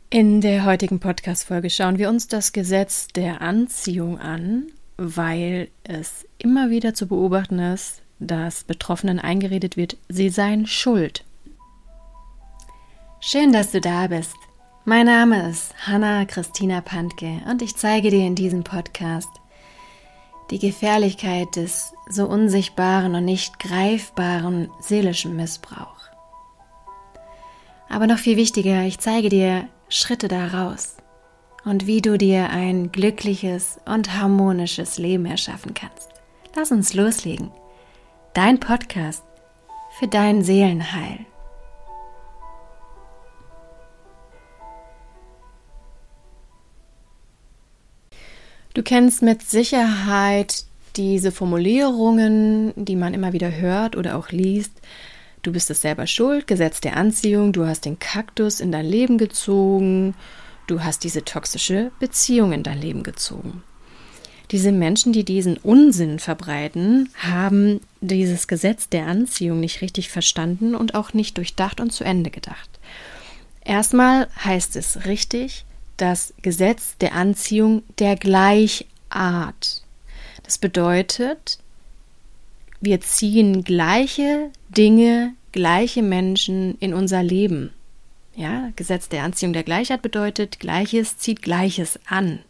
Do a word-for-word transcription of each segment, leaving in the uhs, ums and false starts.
In der heutigen Podcast-Folge schauen wir uns das Gesetz der Anziehung an, weil es immer wieder zu beobachten ist, dass Betroffenen eingeredet wird, sie seien schuld. Schön, dass du da bist. Mein Name ist Hanna Christina Pantke und ich zeige dir in diesem Podcast die Gefährlichkeit des so unsichtbaren und nicht greifbaren seelischen Missbrauchs. Aber noch viel wichtiger, ich zeige dir Schritte daraus und wie du dir ein glückliches und harmonisches Leben erschaffen kannst. Lass uns loslegen. Dein Podcast für dein Seelenheil. Du kennst mit Sicherheit diese Formulierungen, die man immer wieder hört oder auch liest. Du bist es selber schuld, Gesetz der Anziehung, du hast den Kaktus in dein Leben gezogen, du hast diese toxische Beziehung in dein Leben gezogen. Diese Menschen, die diesen Unsinn verbreiten, haben dieses Gesetz der Anziehung nicht richtig verstanden und auch nicht durchdacht und zu Ende gedacht. Erstmal heißt es richtig, das Gesetz der Anziehung der Gleichart. Das bedeutet, wir ziehen gleiche Dinge, gleiche Menschen in unser Leben. Ja, Gesetz der Anziehung der Gleichheit bedeutet, Gleiches zieht Gleiches an.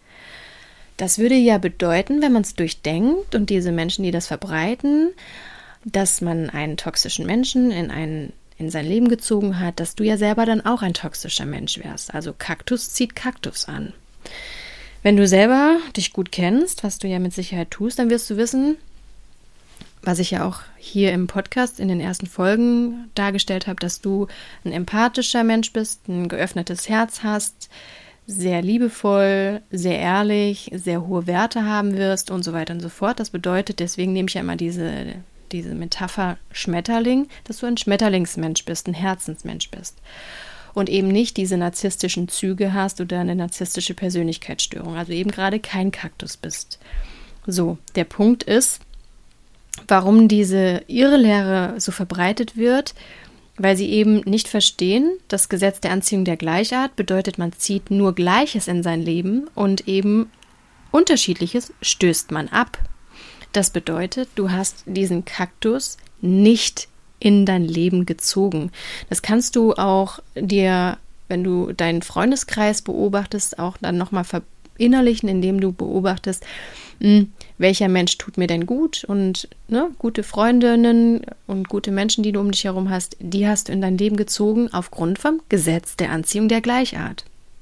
Das würde ja bedeuten, wenn man es durchdenkt und diese Menschen, die das verbreiten, dass man einen toxischen Menschen in, einen, in sein Leben gezogen hat, dass du ja selber dann auch ein toxischer Mensch wärst. Also Kaktus zieht Kaktus an. Wenn du selber dich gut kennst, was du ja mit Sicherheit tust, dann wirst du wissen, was ich ja auch hier im Podcast in den ersten Folgen dargestellt habe, dass du ein empathischer Mensch bist, ein geöffnetes Herz hast, sehr liebevoll, sehr ehrlich, sehr hohe Werte haben wirst und so weiter und so fort. Das bedeutet, deswegen nehme ich ja immer diese, diese Metapher Schmetterling, dass du ein Schmetterlingsmensch bist, ein Herzensmensch bist und eben nicht diese narzisstischen Züge hast oder eine narzisstische Persönlichkeitsstörung, also eben gerade kein Kaktus bist. So, der Punkt ist, warum diese Irrlehre so verbreitet wird, weil sie eben nicht verstehen, das Gesetz der Anziehung der Gleichart bedeutet, man zieht nur Gleiches in sein Leben und eben Unterschiedliches stößt man ab. Das bedeutet, du hast diesen Kaktus nicht in dein Leben gezogen. Das kannst du auch dir, wenn du deinen Freundeskreis beobachtest, auch dann nochmal verinnerlichen, indem du beobachtest, mh, welcher Mensch tut mir denn gut und ne, gute Freundinnen und gute Menschen, die du um dich herum hast, die hast du in dein Leben gezogen aufgrund vom Gesetz der Anziehung der Gleichart.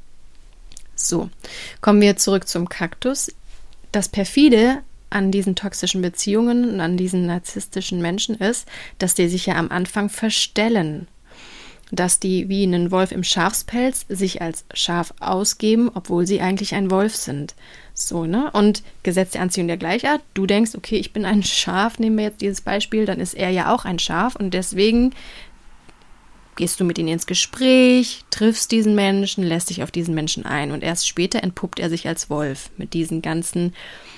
So, kommen wir zurück zum Kaktus. Das perfide an diesen toxischen Beziehungen und an diesen narzisstischen Menschen ist, dass die sich ja am Anfang verstellen, dass die wie ein Wolf im Schafspelz sich als Schaf ausgeben, obwohl sie eigentlich ein Wolf sind. So, ne? Und Gesetz der Anziehung der Gleichart, du denkst, okay, ich bin ein Schaf, nehmen wir jetzt dieses Beispiel, dann ist er ja auch ein Schaf und deswegen gehst du mit ihm ins Gespräch, triffst diesen Menschen, lässt dich auf diesen Menschen ein und erst später entpuppt er sich als Wolf mit diesen ganzen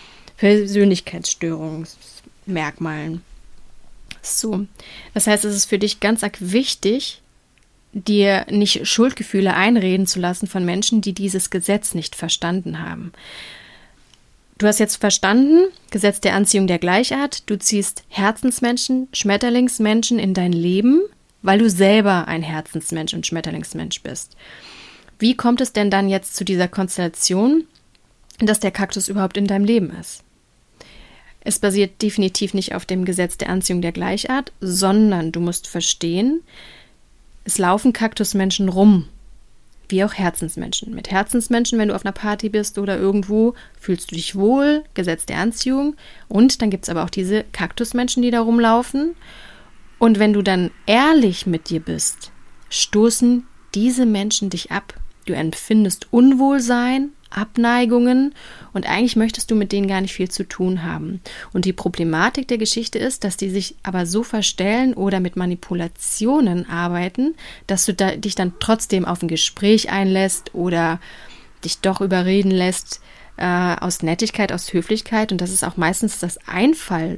Persönlichkeitsstörungsmerkmalen. So, das heißt, es ist für dich ganz arg wichtig, dir nicht Schuldgefühle einreden zu lassen von Menschen, die dieses Gesetz nicht verstanden haben. Du hast jetzt verstanden, Gesetz der Anziehung der Gleichart, du ziehst Herzensmenschen, Schmetterlingsmenschen in dein Leben, weil du selber ein Herzensmensch und Schmetterlingsmensch bist. Wie kommt es denn dann jetzt zu dieser Konstellation, dass der Kaktus überhaupt in deinem Leben ist? Es basiert definitiv nicht auf dem Gesetz der Anziehung der Gleichart, sondern du musst verstehen, es laufen Kaktusmenschen rum, wie auch Herzensmenschen. Mit Herzensmenschen, wenn du auf einer Party bist oder irgendwo, fühlst du dich wohl, Gesetz der Anziehung. Und dann gibt es aber auch diese Kaktusmenschen, die da rumlaufen. Und wenn du dann ehrlich mit dir bist, stoßen diese Menschen dich ab. Du empfindest Unwohlsein, Abneigungen und eigentlich möchtest du mit denen gar nicht viel zu tun haben. Und die Problematik der Geschichte ist, dass die sich aber so verstellen oder mit Manipulationen arbeiten, dass du da, dich dann trotzdem auf ein Gespräch einlässt oder dich doch überreden lässt äh, aus Nettigkeit, aus Höflichkeit. Und das ist auch meistens das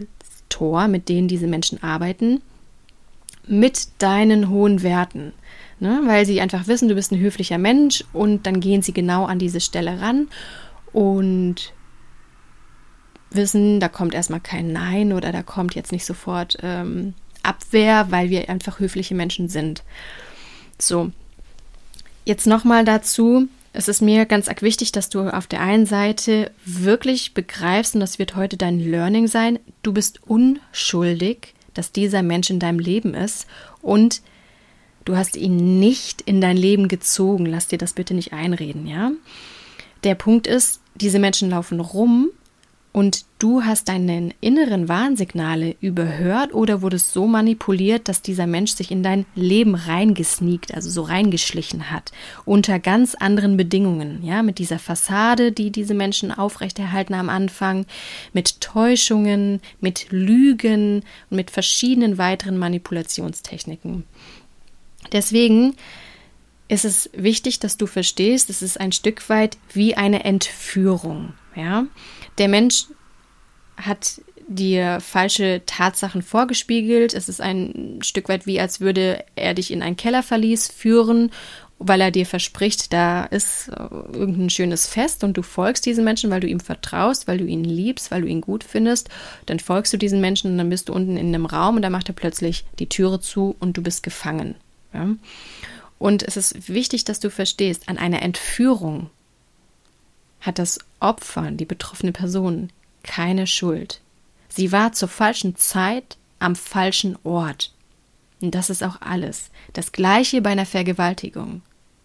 Einfallstor, mit denen diese Menschen arbeiten, mit deinen hohen Werten. ne? Weil sie einfach wissen, du bist ein höflicher Mensch und dann gehen sie genau an diese Stelle ran und wissen, da kommt erstmal kein Nein oder da kommt jetzt nicht sofort ähm, Abwehr, weil wir einfach höfliche Menschen sind. So, jetzt nochmal dazu. Es ist mir ganz arg wichtig, dass du auf der einen Seite wirklich begreifst, und das wird heute dein Learning sein, du bist unschuldig, dass dieser Mensch in deinem Leben ist und du hast ihn nicht in dein Leben gezogen. Lass dir das bitte nicht einreden, ja? Der Punkt ist, diese Menschen laufen rum und du hast deine inneren Warnsignale überhört oder wurdest so manipuliert, dass dieser Mensch sich in dein Leben reingesneakt, also so reingeschlichen hat, unter ganz anderen Bedingungen, ja, mit dieser Fassade, die diese Menschen aufrechterhalten am Anfang, mit Täuschungen, mit Lügen und mit verschiedenen weiteren Manipulationstechniken. Deswegen ist es wichtig, dass du verstehst, es ist ein Stück weit wie eine Entführung, ja. Der Mensch hat dir falsche Tatsachen vorgespiegelt. Es ist ein Stück weit wie, als würde er dich in ein Kellerverlies führen, weil er dir verspricht, da ist irgendein schönes Fest und du folgst diesen Menschen, weil du ihm vertraust, weil du ihn liebst, weil du ihn gut findest. Dann folgst du diesen Menschen und dann bist du unten in einem Raum und da macht er plötzlich die Türe zu und du bist gefangen. Ja? Und es ist wichtig, dass du verstehst, an einer Entführung hat das Opfer, die betroffene Person, keine Schuld. Sie war zur falschen Zeit am falschen Ort. Und das ist auch alles. Das Gleiche bei einer Vergewaltigung.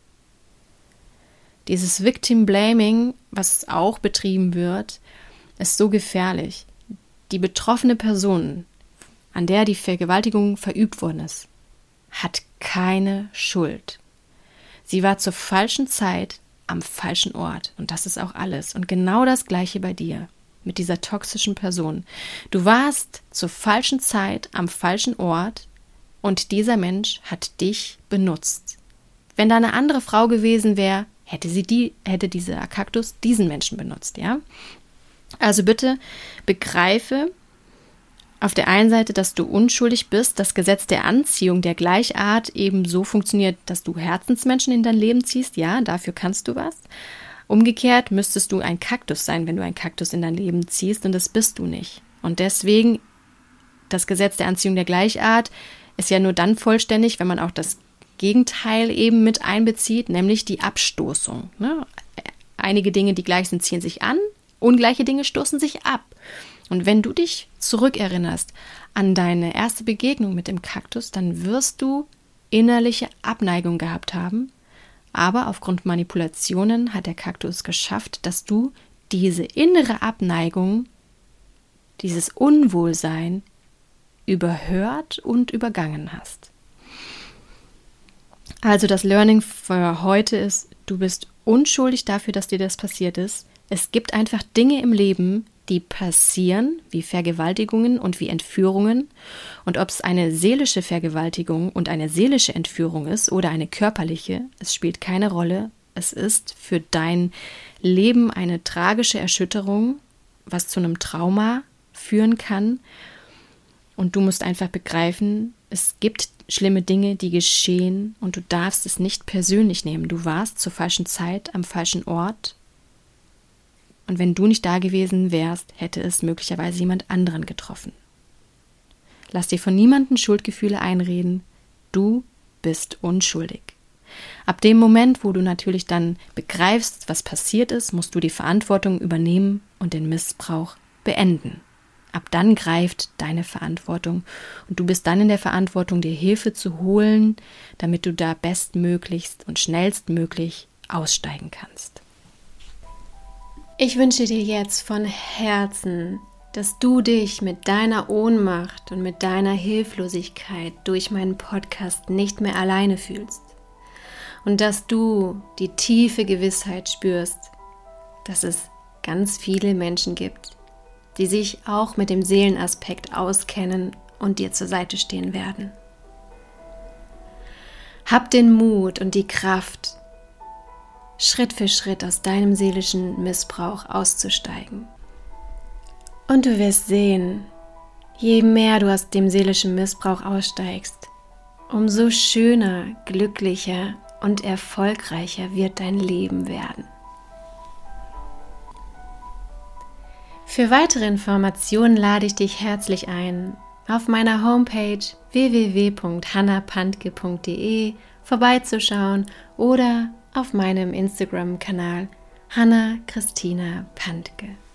Dieses Victim Blaming, was auch betrieben wird, ist so gefährlich. Die betroffene Person, an der die Vergewaltigung verübt worden ist, hat keine Schuld. Sie war zur falschen Zeit am falschen Ort. Und das ist auch alles. Und genau das Gleiche bei dir, mit dieser toxischen Person. Du warst zur falschen Zeit am falschen Ort und dieser Mensch hat dich benutzt. Wenn da eine andere Frau gewesen wäre, hätte sie die, hätte dieser Kaktus diesen Menschen benutzt, ja? Also bitte begreife auf der einen Seite, dass du unschuldig bist, das Gesetz der Anziehung der Gleichart eben so funktioniert, dass du Herzensmenschen in dein Leben ziehst. Ja, dafür kannst du was. Umgekehrt müsstest du ein Kaktus sein, wenn du einen Kaktus in dein Leben ziehst, und das bist du nicht. Und deswegen, das Gesetz der Anziehung der Gleichart ist ja nur dann vollständig, wenn man auch das Gegenteil eben mit einbezieht, nämlich die Abstoßung. Ne? Einige Dinge, die gleich sind, ziehen sich an, ungleiche Dinge stoßen sich ab. Und wenn du dich zurückerinnerst an deine erste Begegnung mit dem Kaktus, dann wirst du innerliche Abneigung gehabt haben. Aber aufgrund Manipulationen hat der Kaktus geschafft, dass du diese innere Abneigung, dieses Unwohlsein überhört und übergangen hast. Also das Learning für heute ist, du bist unschuldig dafür, dass dir das passiert ist. Es gibt einfach Dinge im Leben, die passieren, wie Vergewaltigungen und wie Entführungen. Und ob es eine seelische Vergewaltigung und eine seelische Entführung ist oder eine körperliche, es spielt keine Rolle. Es ist für dein Leben eine tragische Erschütterung, was zu einem Trauma führen kann. Und du musst einfach begreifen, es gibt schlimme Dinge, die geschehen und du darfst es nicht persönlich nehmen. Du warst zur falschen Zeit am falschen Ort. Und wenn du nicht da gewesen wärst, hätte es möglicherweise jemand anderen getroffen. Lass dir von niemandem Schuldgefühle einreden. Du bist unschuldig. Ab dem Moment, wo du natürlich dann begreifst, was passiert ist, musst du die Verantwortung übernehmen und den Missbrauch beenden. Ab dann greift deine Verantwortung und du bist dann in der Verantwortung, dir Hilfe zu holen, damit du da bestmöglichst und schnellstmöglich aussteigen kannst. Ich wünsche dir jetzt von Herzen, dass du dich mit deiner Ohnmacht und mit deiner Hilflosigkeit durch meinen Podcast nicht mehr alleine fühlst und dass du die tiefe Gewissheit spürst, dass es ganz viele Menschen gibt, die sich auch mit dem Seelenaspekt auskennen und dir zur Seite stehen werden. Hab den Mut und die Kraft, Schritt für Schritt aus deinem seelischen Missbrauch auszusteigen. Und du wirst sehen, je mehr du aus dem seelischen Missbrauch aussteigst, umso schöner, glücklicher und erfolgreicher wird dein Leben werden. Für weitere Informationen lade ich dich herzlich ein, auf meiner Homepage w w w punkt hanna pantke punkt d e vorbeizuschauen oder auf meinem Instagram-Kanal Hanna Christina Pantke.